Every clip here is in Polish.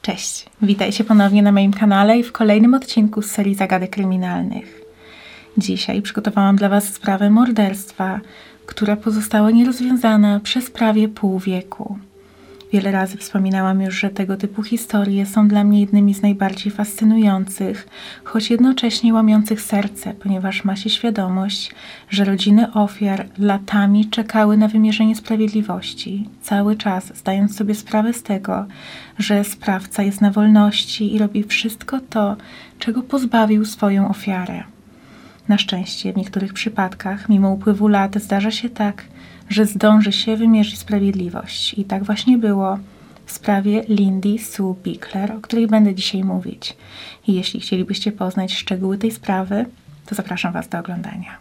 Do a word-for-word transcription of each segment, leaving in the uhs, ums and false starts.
Cześć, witajcie ponownie na moim kanale i w kolejnym odcinku z serii Zagadek Kryminalnych. Dzisiaj przygotowałam dla Was sprawę morderstwa, która pozostała nierozwiązana przez prawie pół wieku. Wiele razy wspominałam już, że tego typu historie są dla mnie jednymi z najbardziej fascynujących, choć jednocześnie łamiących serce, ponieważ ma się świadomość, że rodziny ofiar latami czekały na wymierzenie sprawiedliwości, cały czas zdając sobie sprawę z tego, że sprawca jest na wolności i robi wszystko to, czego pozbawił swoją ofiarę. Na szczęście w niektórych przypadkach, mimo upływu lat, zdarza się tak, że zdąży się wymierzyć sprawiedliwość. I tak właśnie było w sprawie Lindy Sue Bickler, o której będę dzisiaj mówić. I jeśli chcielibyście poznać szczegóły tej sprawy, to zapraszam Was do oglądania.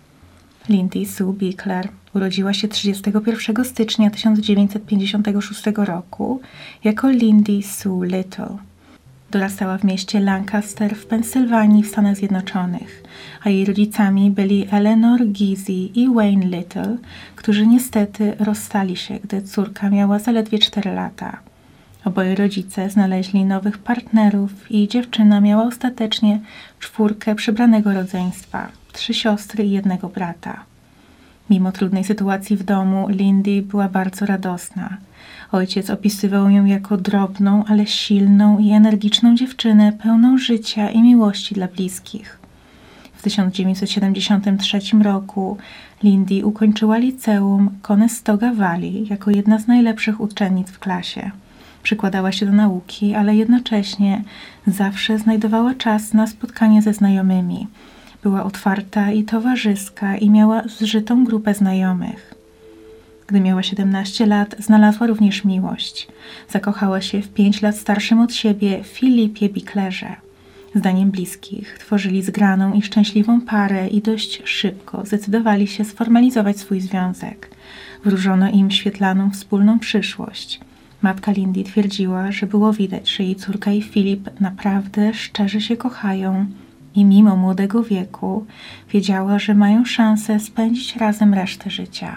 Lindy Sue Bickler urodziła się trzydziestego pierwszego stycznia tysiąc dziewięćset pięćdziesiątego szóstego roku jako Lindy Sue Little. Dorastała w mieście Lancaster w Pensylwanii w Stanach Zjednoczonych, a jej rodzicami byli Eleanor Gizy i Wayne Little, którzy niestety rozstali się, gdy córka miała zaledwie cztery lata. Oboje rodzice znaleźli nowych partnerów i dziewczyna miała ostatecznie czwórkę przybranego rodzeństwa, trzy siostry i jednego brata. Mimo trudnej sytuacji w domu, Lindy była bardzo radosna. Ojciec opisywał ją jako drobną, ale silną i energiczną dziewczynę, pełną życia i miłości dla bliskich. W tysiąc dziewięćset siedemdziesiątym trzecim roku Lindy ukończyła liceum Conestoga Valley jako jedna z najlepszych uczennic w klasie. Przykładała się do nauki, ale jednocześnie zawsze znajdowała czas na spotkanie ze znajomymi. Była otwarta i towarzyska i miała zżytą grupę znajomych. Gdy miała siedemnaście lat, znalazła również miłość. Zakochała się w pięć lat starszym od siebie Philipie Bicklerze. Zdaniem bliskich tworzyli zgraną i szczęśliwą parę i dość szybko zdecydowali się sformalizować swój związek. Wróżono im świetlaną wspólną przyszłość. Matka Lindy twierdziła, że było widać, że jej córka i Philip naprawdę szczerze się kochają i mimo młodego wieku wiedziała, że mają szansę spędzić razem resztę życia.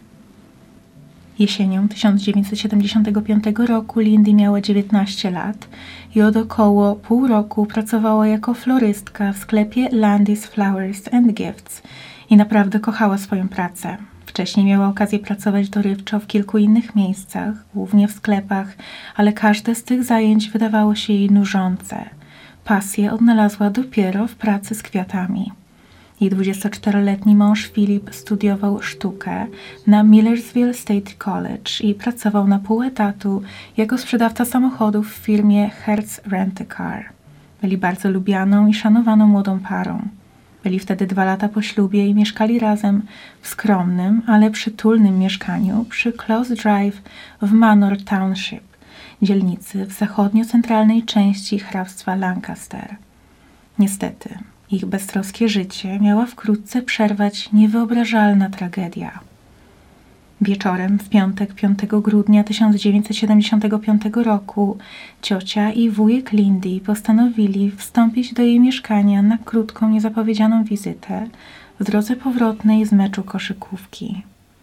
Jesienią tysiąc dziewięćset siedemdziesiątego piątego roku Lindy miała dziewiętnaście lat i od około pół roku pracowała jako florystka w sklepie Landis Flowers and Gifts i naprawdę kochała swoją pracę. Wcześniej miała okazję pracować dorywczo w kilku innych miejscach, głównie w sklepach, ale każde z tych zajęć wydawało się jej nużące. Pasję odnalazła dopiero w pracy z kwiatami. Jej dwudziestoczteroletni mąż Philip studiował sztukę na Millersville State College i pracował na pół etatu jako sprzedawca samochodów w firmie Hertz Rent-A-Car. Byli bardzo lubianą i szanowaną młodą parą. Byli wtedy dwa lata po ślubie i mieszkali razem w skromnym, ale przytulnym mieszkaniu przy Close Drive w Manor Township, dzielnicy w zachodnio-centralnej części hrabstwa Lancaster. Niestety, ich beztroskie życie miała wkrótce przerwać niewyobrażalna tragedia. Wieczorem w piątek piątego grudnia tysiąc dziewięćset siedemdziesiątego piątego roku ciocia i wujek Lindy postanowili wstąpić do jej mieszkania na krótką, niezapowiedzianą wizytę w drodze powrotnej z meczu koszykówki.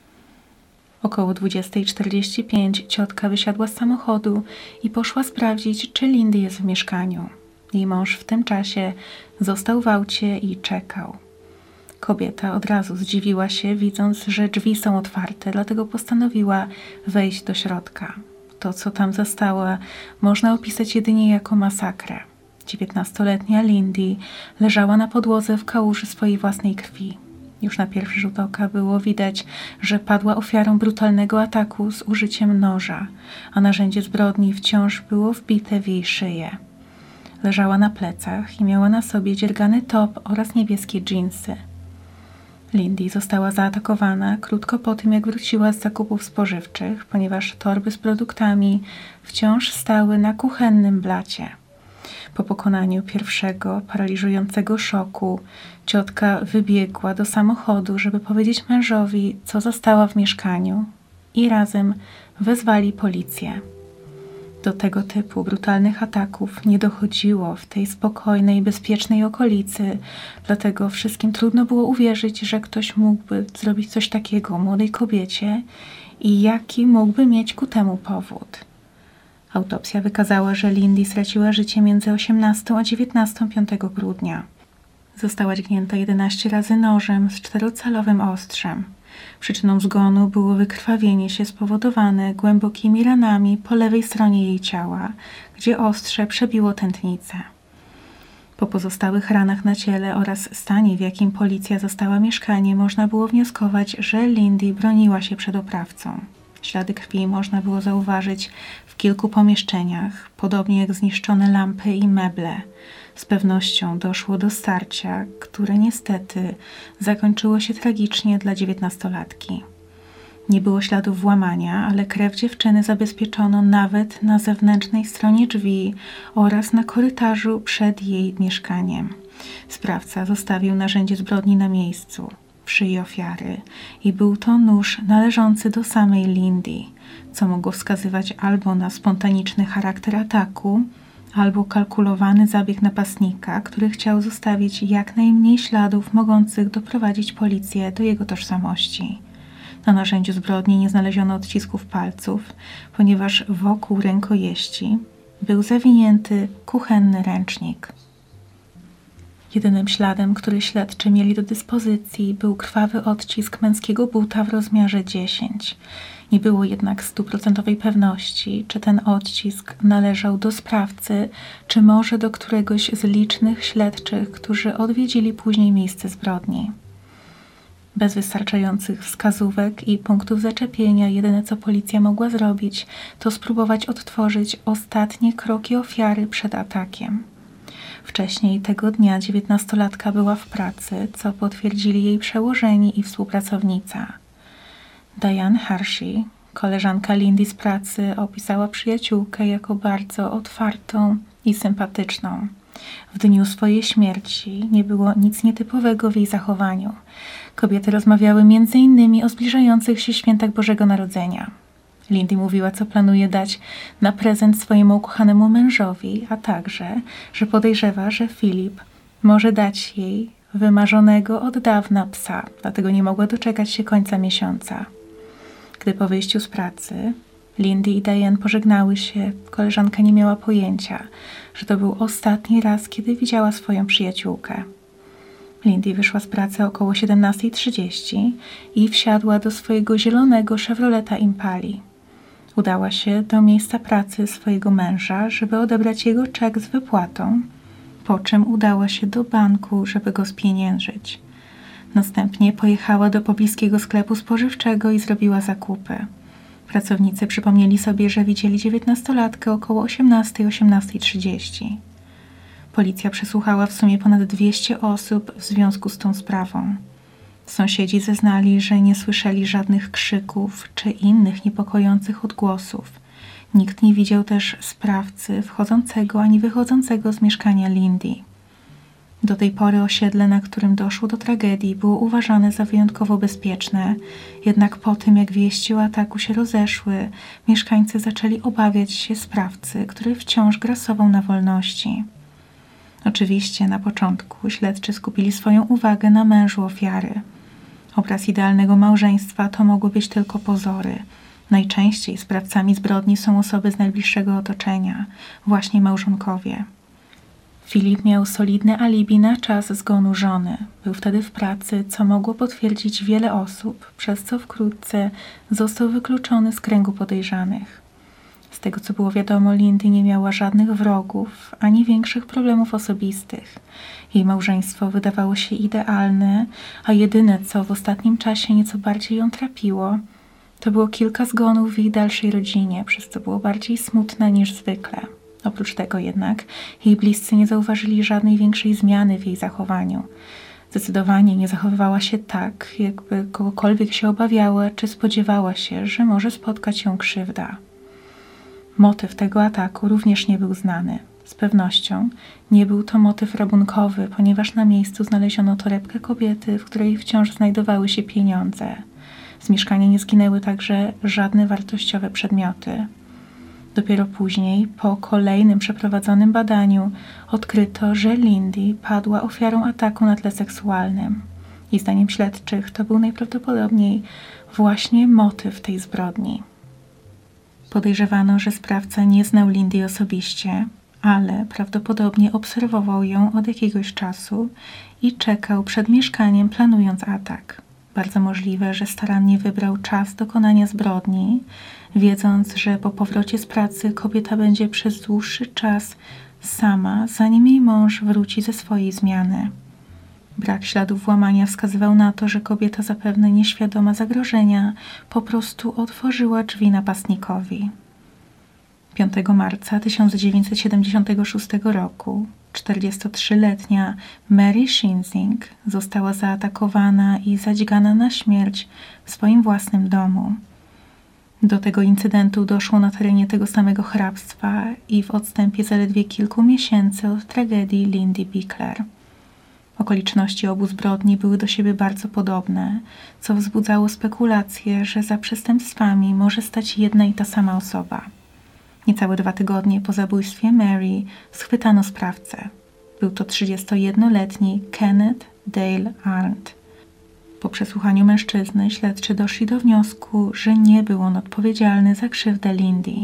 Około dwudziestej czterdzieści pięć ciotka wysiadła z samochodu i poszła sprawdzić, czy Lindy jest w mieszkaniu. Jej mąż w tym czasie został w aucie i czekał. Kobieta od razu zdziwiła się, widząc, że drzwi są otwarte, dlatego postanowiła wejść do środka. To, co tam zastała, można opisać jedynie jako masakrę. Dziewiętnastoletnia Lindy leżała na podłodze w kałuży swojej własnej krwi. Już na pierwszy rzut oka było widać, że padła ofiarą brutalnego ataku z użyciem noża, a narzędzie zbrodni wciąż było wbite w jej szyję. Leżała na plecach i miała na sobie dziergany top oraz niebieskie dżinsy. Lindy została zaatakowana krótko po tym, jak wróciła z zakupów spożywczych, ponieważ torby z produktami wciąż stały na kuchennym blacie. Po pokonaniu pierwszego paraliżującego szoku ciotka wybiegła do samochodu, żeby powiedzieć mężowi, co zastała w mieszkaniu, i razem wezwali policję. Do tego typu brutalnych ataków nie dochodziło w tej spokojnej, bezpiecznej okolicy, dlatego wszystkim trudno było uwierzyć, że ktoś mógłby zrobić coś takiego młodej kobiecie i jaki mógłby mieć ku temu powód. Autopsja wykazała, że Lindy straciła życie między osiemnastą a dziewiętnastą piątego grudnia. Została dźgnięta jedenaście razy nożem z czterocalowym ostrzem. Przyczyną zgonu było wykrwawienie się spowodowane głębokimi ranami po lewej stronie jej ciała, gdzie ostrze przebiło tętnicę. Po pozostałych ranach na ciele oraz stanie, w jakim policja zastała mieszkanie, można było wnioskować, że Lindy broniła się przed oprawcą. Ślady krwi można było zauważyć w kilku pomieszczeniach, podobnie jak zniszczone lampy i meble. Z pewnością doszło do starcia, które niestety zakończyło się tragicznie dla dziewiętnastolatki. Nie było śladów włamania, ale krew dziewczyny zabezpieczono nawet na zewnętrznej stronie drzwi oraz na korytarzu przed jej mieszkaniem. Sprawca zostawił narzędzie zbrodni na miejscu, w szyi ofiary, i był to nóż należący do samej Lindy, co mogło wskazywać albo na spontaniczny charakter ataku, albo kalkulowany zabieg napastnika, który chciał zostawić jak najmniej śladów mogących doprowadzić policję do jego tożsamości. Na narzędziu zbrodni nie znaleziono odcisków palców, ponieważ wokół rękojeści był zawinięty kuchenny ręcznik. Jedynym śladem, który śledczy mieli do dyspozycji, był krwawy odcisk męskiego buta w rozmiarze dziesięć. Nie było jednak stuprocentowej pewności, czy ten odcisk należał do sprawcy, czy może do któregoś z licznych śledczych, którzy odwiedzili później miejsce zbrodni. Bez wystarczających wskazówek i punktów zaczepienia jedyne, co policja mogła zrobić, to spróbować odtworzyć ostatnie kroki ofiary przed atakiem. Wcześniej tego dnia dziewiętnastolatka była w pracy, co potwierdzili jej przełożeni i współpracownica. Diane Hershey, koleżanka Lindy z pracy, opisała przyjaciółkę jako bardzo otwartą i sympatyczną. W dniu swojej śmierci nie było nic nietypowego w jej zachowaniu. Kobiety rozmawiały między innymi o zbliżających się świętach Bożego Narodzenia. Lindy mówiła, co planuje dać na prezent swojemu ukochanemu mężowi, a także, że podejrzewa, że Philip może dać jej wymarzonego od dawna psa, dlatego nie mogła doczekać się końca miesiąca. Gdy po wyjściu z pracy Lindy i Diane pożegnały się, koleżanka nie miała pojęcia, że to był ostatni raz, kiedy widziała swoją przyjaciółkę. Lindy wyszła z pracy około siedemnasta trzydzieści i wsiadła do swojego zielonego Chevroleta Impali. Udała się do miejsca pracy swojego męża, żeby odebrać jego czek z wypłatą, po czym udała się do banku, żeby go spieniężyć. Następnie pojechała do pobliskiego sklepu spożywczego i zrobiła zakupy. Pracownicy przypomnieli sobie, że widzieli dziewiętnastolatkę około osiemnasta osiemnasta trzydzieści. Policja przesłuchała w sumie ponad dwieście osób w związku z tą sprawą. Sąsiedzi zeznali, że nie słyszeli żadnych krzyków czy innych niepokojących odgłosów. Nikt nie widział też sprawcy wchodzącego ani wychodzącego z mieszkania Lindy. Do tej pory osiedle, na którym doszło do tragedii, było uważane za wyjątkowo bezpieczne, jednak po tym, jak wieści o ataku się rozeszły, mieszkańcy zaczęli obawiać się sprawcy, który wciąż grasował na wolności. Oczywiście na początku śledczy skupili swoją uwagę na mężu ofiary. Obraz idealnego małżeństwa to mogły być tylko pozory. Najczęściej sprawcami zbrodni są osoby z najbliższego otoczenia, właśnie małżonkowie. Filip miał solidne alibi na czas zgonu żony. Był wtedy w pracy, co mogło potwierdzić wiele osób, przez co wkrótce został wykluczony z kręgu podejrzanych. Z tego, co było wiadomo, Lindy nie miała żadnych wrogów, ani większych problemów osobistych. Jej małżeństwo wydawało się idealne, a jedyne, co w ostatnim czasie nieco bardziej ją trapiło, to było kilka zgonów w jej dalszej rodzinie, przez co było bardziej smutne niż zwykle. Oprócz tego jednak jej bliscy nie zauważyli żadnej większej zmiany w jej zachowaniu. Zdecydowanie nie zachowywała się tak, jakby kogokolwiek się obawiała czy spodziewała się, że może spotkać ją krzywda. Motyw tego ataku również nie był znany. Z pewnością nie był to motyw rabunkowy, ponieważ na miejscu znaleziono torebkę kobiety, w której wciąż znajdowały się pieniądze. Z mieszkania nie zginęły także żadne wartościowe przedmioty. Dopiero później, po kolejnym przeprowadzonym badaniu, odkryto, że Lindy padła ofiarą ataku na tle seksualnym. I zdaniem śledczych to był najprawdopodobniej właśnie motyw tej zbrodni. Podejrzewano, że sprawca nie znał Lindy osobiście, ale prawdopodobnie obserwował ją od jakiegoś czasu i czekał przed mieszkaniem, planując atak. Bardzo możliwe, że starannie wybrał czas dokonania zbrodni, wiedząc, że po powrocie z pracy kobieta będzie przez dłuższy czas sama, zanim jej mąż wróci ze swojej zmiany. Brak śladów włamania wskazywał na to, że kobieta, zapewne nieświadoma zagrożenia, po prostu otworzyła drzwi napastnikowi. piątego marca tysiąc dziewięćset siedemdziesiątego szóstego roku czterdziestotrzyletnia Mary Shinsing została zaatakowana i zadźgana na śmierć w swoim własnym domu. Do tego incydentu doszło na terenie tego samego hrabstwa i w odstępie zaledwie kilku miesięcy od tragedii Lindy Bickler. Okoliczności obu zbrodni były do siebie bardzo podobne, co wzbudzało spekulacje, że za przestępstwami może stać jedna i ta sama osoba. Niecałe dwa tygodnie po zabójstwie Mary schwytano sprawcę. Był to trzydziestojednoletni Kenneth Dale Arndt. Po przesłuchaniu mężczyzny śledczy doszli do wniosku, że nie był on odpowiedzialny za krzywdę Lindy.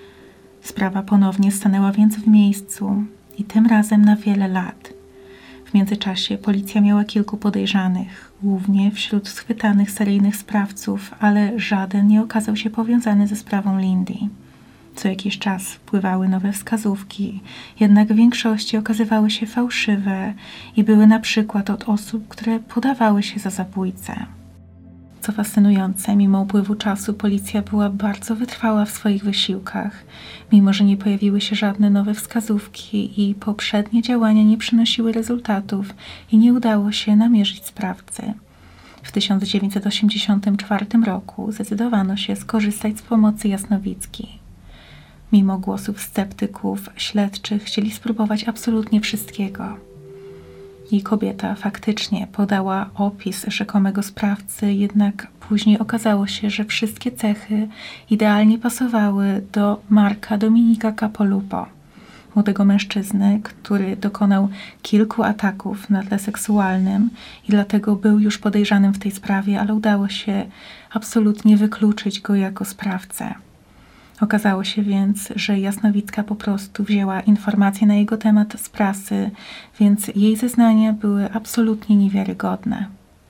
Sprawa ponownie stanęła więc w miejscu i tym razem na wiele lat. W międzyczasie policja miała kilku podejrzanych, głównie wśród schwytanych seryjnych sprawców, ale żaden nie okazał się powiązany ze sprawą Lindy. Co jakiś czas wpływały nowe wskazówki, jednak w większości okazywały się fałszywe i były na przykład od osób, które podawały się za zabójcę. Co fascynujące, mimo upływu czasu policja była bardzo wytrwała w swoich wysiłkach, mimo że nie pojawiły się żadne nowe wskazówki i poprzednie działania nie przynosiły rezultatów i nie udało się namierzyć sprawcy. W tysiąc dziewięćset osiemdziesiątym czwartym roku zdecydowano się skorzystać z pomocy jasnowickiej. Mimo głosów sceptyków, śledczy chcieli spróbować absolutnie wszystkiego. Jej kobieta faktycznie podała opis rzekomego sprawcy, jednak później okazało się, że wszystkie cechy idealnie pasowały do Marka Dominika Capolupo, młodego mężczyzny, który dokonał kilku ataków na tle seksualnym i dlatego był już podejrzanym w tej sprawie, ale udało się absolutnie wykluczyć go jako sprawcę. Okazało się więc, że Jasnowicka po prostu wzięła informacje na jego temat z prasy, więc jej zeznania były absolutnie niewiarygodne.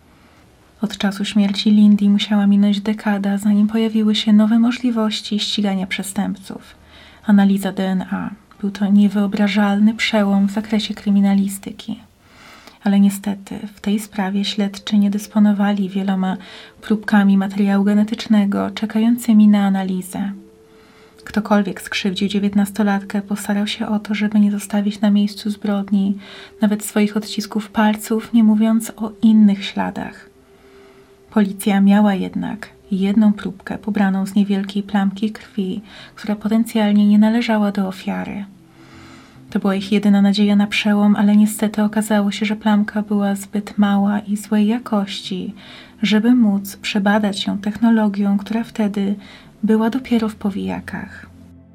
Od czasu śmierci Lindy musiała minąć dekada, zanim pojawiły się nowe możliwości ścigania przestępców. Analiza D N A. Był to niewyobrażalny przełom w zakresie kryminalistyki. Ale niestety w tej sprawie śledczy nie dysponowali wieloma próbkami materiału genetycznego czekającymi na analizę. Ktokolwiek skrzywdził dziewiętnastolatkę, postarał się o to, żeby nie zostawić na miejscu zbrodni nawet swoich odcisków palców, nie mówiąc o innych śladach. Policja miała jednak jedną próbkę pobraną z niewielkiej plamki krwi, która potencjalnie nie należała do ofiary. To była ich jedyna nadzieja na przełom, ale niestety okazało się, że plamka była zbyt mała i złej jakości, żeby móc przebadać ją technologią, która wtedy była dopiero w powijakach.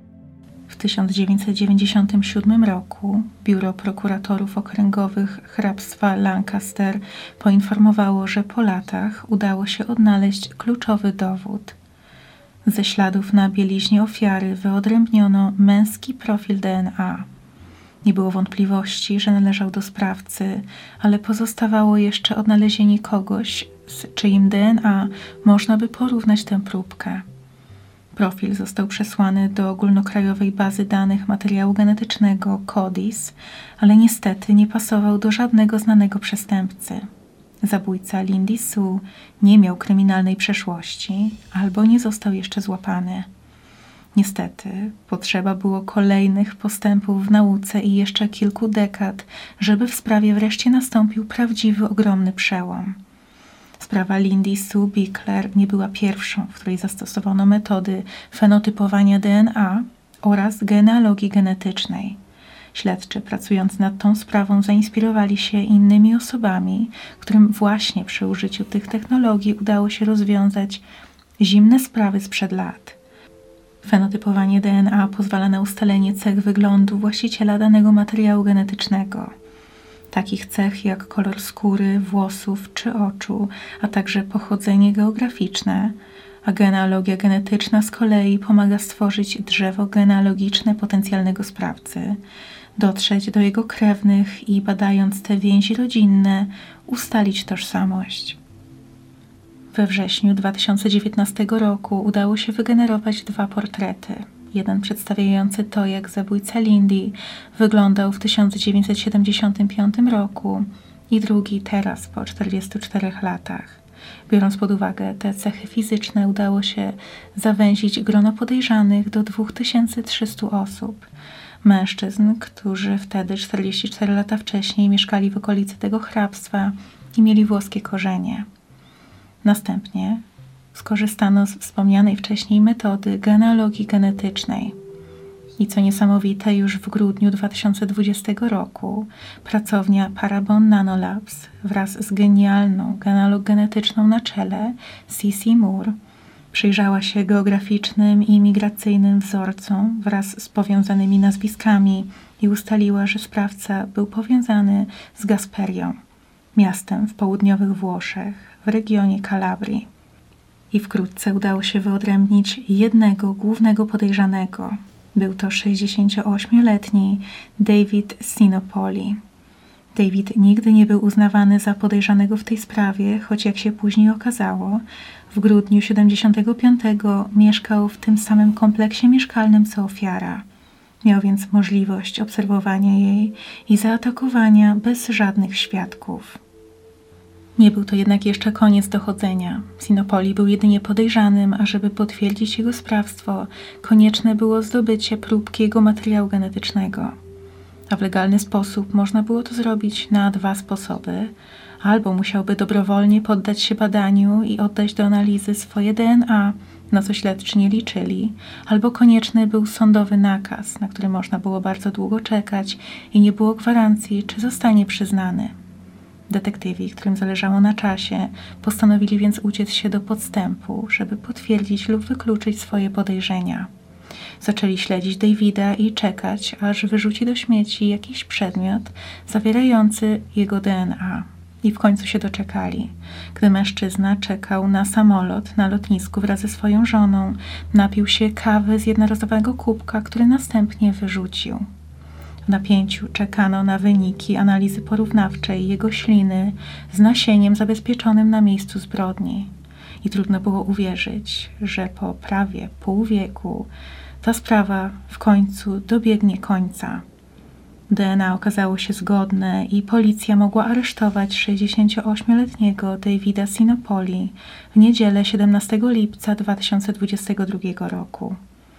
W tysiąc dziewięćset dziewięćdziesiątym siódmym roku Biuro Prokuratorów Okręgowych hrabstwa Lancaster poinformowało, że po latach udało się odnaleźć kluczowy dowód. Ze śladów na bieliźnie ofiary wyodrębniono męski profil D N A. Nie było wątpliwości, że należał do sprawcy, ale pozostawało jeszcze odnalezienie kogoś, z czyim D N A można by porównać tę próbkę. Profil został przesłany do ogólnokrajowej bazy danych materiału genetycznego CODIS, ale niestety nie pasował do żadnego znanego przestępcy. Zabójca Lindy Sue nie miał kryminalnej przeszłości albo nie został jeszcze złapany. Niestety potrzeba było kolejnych postępów w nauce i jeszcze kilku dekad, żeby w sprawie wreszcie nastąpił prawdziwy, ogromny przełom. Sprawa Lindy Sue Bickler nie była pierwszą, w której zastosowano metody fenotypowania D N A oraz genealogii genetycznej. Śledczy pracując nad tą sprawą zainspirowali się innymi osobami, którym właśnie przy użyciu tych technologii udało się rozwiązać zimne sprawy sprzed lat. Fenotypowanie D N A pozwala na ustalenie cech wyglądu właściciela danego materiału genetycznego. Takich cech jak kolor skóry, włosów czy oczu, a także pochodzenie geograficzne, a genealogia genetyczna z kolei pomaga stworzyć drzewo genealogiczne potencjalnego sprawcy, dotrzeć do jego krewnych i badając te więzi rodzinne, ustalić tożsamość. We wrześniu dwa tysiące dziewiętnastego roku udało się wygenerować dwa portrety. Jeden przedstawiający to, jak zabójca Lindy wyglądał w tysiąc dziewięćset siedemdziesiątym piątym roku i drugi teraz po czterdziestu czterech latach. Biorąc pod uwagę te cechy fizyczne, udało się zawęzić grono podejrzanych do dwa tysiące trzysta osób. Mężczyzn, którzy wtedy, czterdzieści cztery lata wcześniej, mieszkali w okolicy tego hrabstwa i mieli włoskie korzenie. Następnie skorzystano z wspomnianej wcześniej metody genealogii genetycznej. I co niesamowite, już w grudniu dwa tysiące dwudziestego roku pracownia Parabon Nanolabs wraz z genialną genealog genetyczną na czele, C C Moore, przyjrzała się geograficznym i migracyjnym wzorcom wraz z powiązanymi nazwiskami i ustaliła, że sprawca był powiązany z Gasperią, miastem w południowych Włoszech, w regionie Kalabrii. I wkrótce udało się wyodrębnić jednego głównego podejrzanego. Był to sześćdziesięcioośmioletni David Sinopoli. David nigdy nie był uznawany za podejrzanego w tej sprawie, choć jak się później okazało, w grudniu siedemdziesiątego piątego mieszkał w tym samym kompleksie mieszkalnym co ofiara. Miał więc możliwość obserwowania jej i zaatakowania bez żadnych świadków. Nie był to jednak jeszcze koniec dochodzenia. Sinopoli był jedynie podejrzanym, a żeby potwierdzić jego sprawstwo, konieczne było zdobycie próbki jego materiału genetycznego. A w legalny sposób można było to zrobić na dwa sposoby. Albo musiałby dobrowolnie poddać się badaniu i oddać do analizy swoje D N A, na co śledczy nie liczyli, albo konieczny był sądowy nakaz, na który można było bardzo długo czekać i nie było gwarancji, czy zostanie przyznany. Detektywi, którym zależało na czasie, postanowili więc uciec się do podstępu, żeby potwierdzić lub wykluczyć swoje podejrzenia. Zaczęli śledzić Davida i czekać, aż wyrzuci do śmieci jakiś przedmiot zawierający jego D N A. I w końcu się doczekali. Gdy mężczyzna czekał na samolot na lotnisku wraz ze swoją żoną, napił się kawy z jednorazowego kubka, który następnie wyrzucił. W napięciu czekano na wyniki analizy porównawczej jego śliny z nasieniem zabezpieczonym na miejscu zbrodni. I trudno było uwierzyć, że po prawie pół wieku ta sprawa w końcu dobiegnie końca. D N A okazało się zgodne i policja mogła aresztować sześćdziesięcioośmioletniego Davida Sinopoli w niedzielę siedemnastego lipca dwa tysiące dwudziestego drugiego roku.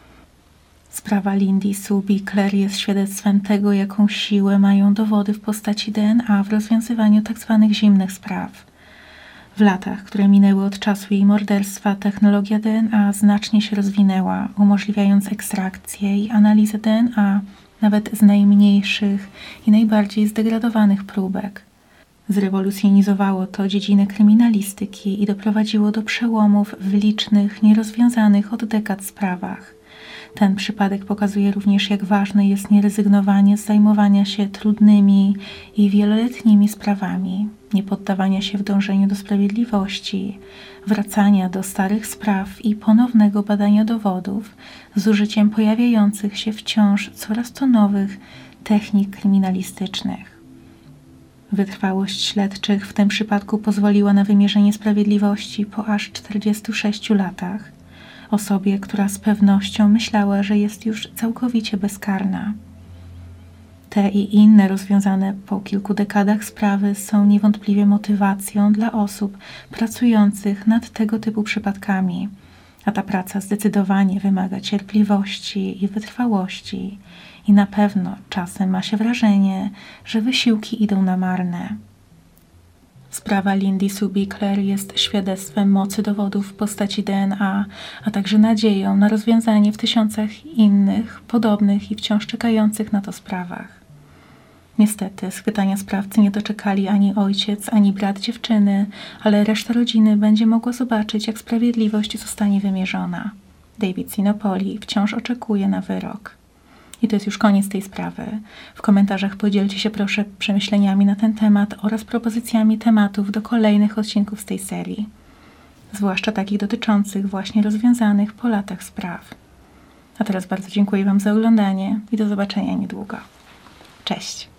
Sprawa Lindy Sue Bickler jest świadectwem tego, jaką siłę mają dowody w postaci D N A w rozwiązywaniu tzw. zimnych spraw. W latach, które minęły od czasu jej morderstwa, technologia D N A znacznie się rozwinęła, umożliwiając ekstrakcję i analizę D N A nawet z najmniejszych i najbardziej zdegradowanych próbek. Zrewolucjonizowało to dziedzinę kryminalistyki i doprowadziło do przełomów w licznych, nierozwiązanych od dekad sprawach. Ten przypadek pokazuje również, jak ważne jest nierezygnowanie z zajmowania się trudnymi i wieloletnimi sprawami, nie poddawania się w dążeniu do sprawiedliwości, wracania do starych spraw i ponownego badania dowodów z użyciem pojawiających się wciąż coraz to nowych technik kryminalistycznych. Wytrwałość śledczych w tym przypadku pozwoliła na wymierzenie sprawiedliwości po aż czterdziestu sześciu latach. Osobie, która z pewnością myślała, że jest już całkowicie bezkarna. Te i inne rozwiązane po kilku dekadach sprawy są niewątpliwie motywacją dla osób pracujących nad tego typu przypadkami, a ta praca zdecydowanie wymaga cierpliwości i wytrwałości i na pewno czasem ma się wrażenie, że wysiłki idą na marne. Sprawa Lindy Sue Bickler jest świadectwem mocy dowodów w postaci D N A, a także nadzieją na rozwiązanie w tysiącach innych, podobnych i wciąż czekających na to sprawach. Niestety, schwytania sprawcy nie doczekali ani ojciec, ani brat dziewczyny, ale reszta rodziny będzie mogła zobaczyć, jak sprawiedliwość zostanie wymierzona. David Sinopoli wciąż oczekuje na wyrok. I to jest już koniec tej sprawy. W komentarzach podzielcie się proszę przemyśleniami na ten temat oraz propozycjami tematów do kolejnych odcinków z tej serii. zwłaszcza takich dotyczących właśnie rozwiązanych po latach spraw. A teraz bardzo dziękuję Wam za oglądanie i do zobaczenia niedługo. Cześć!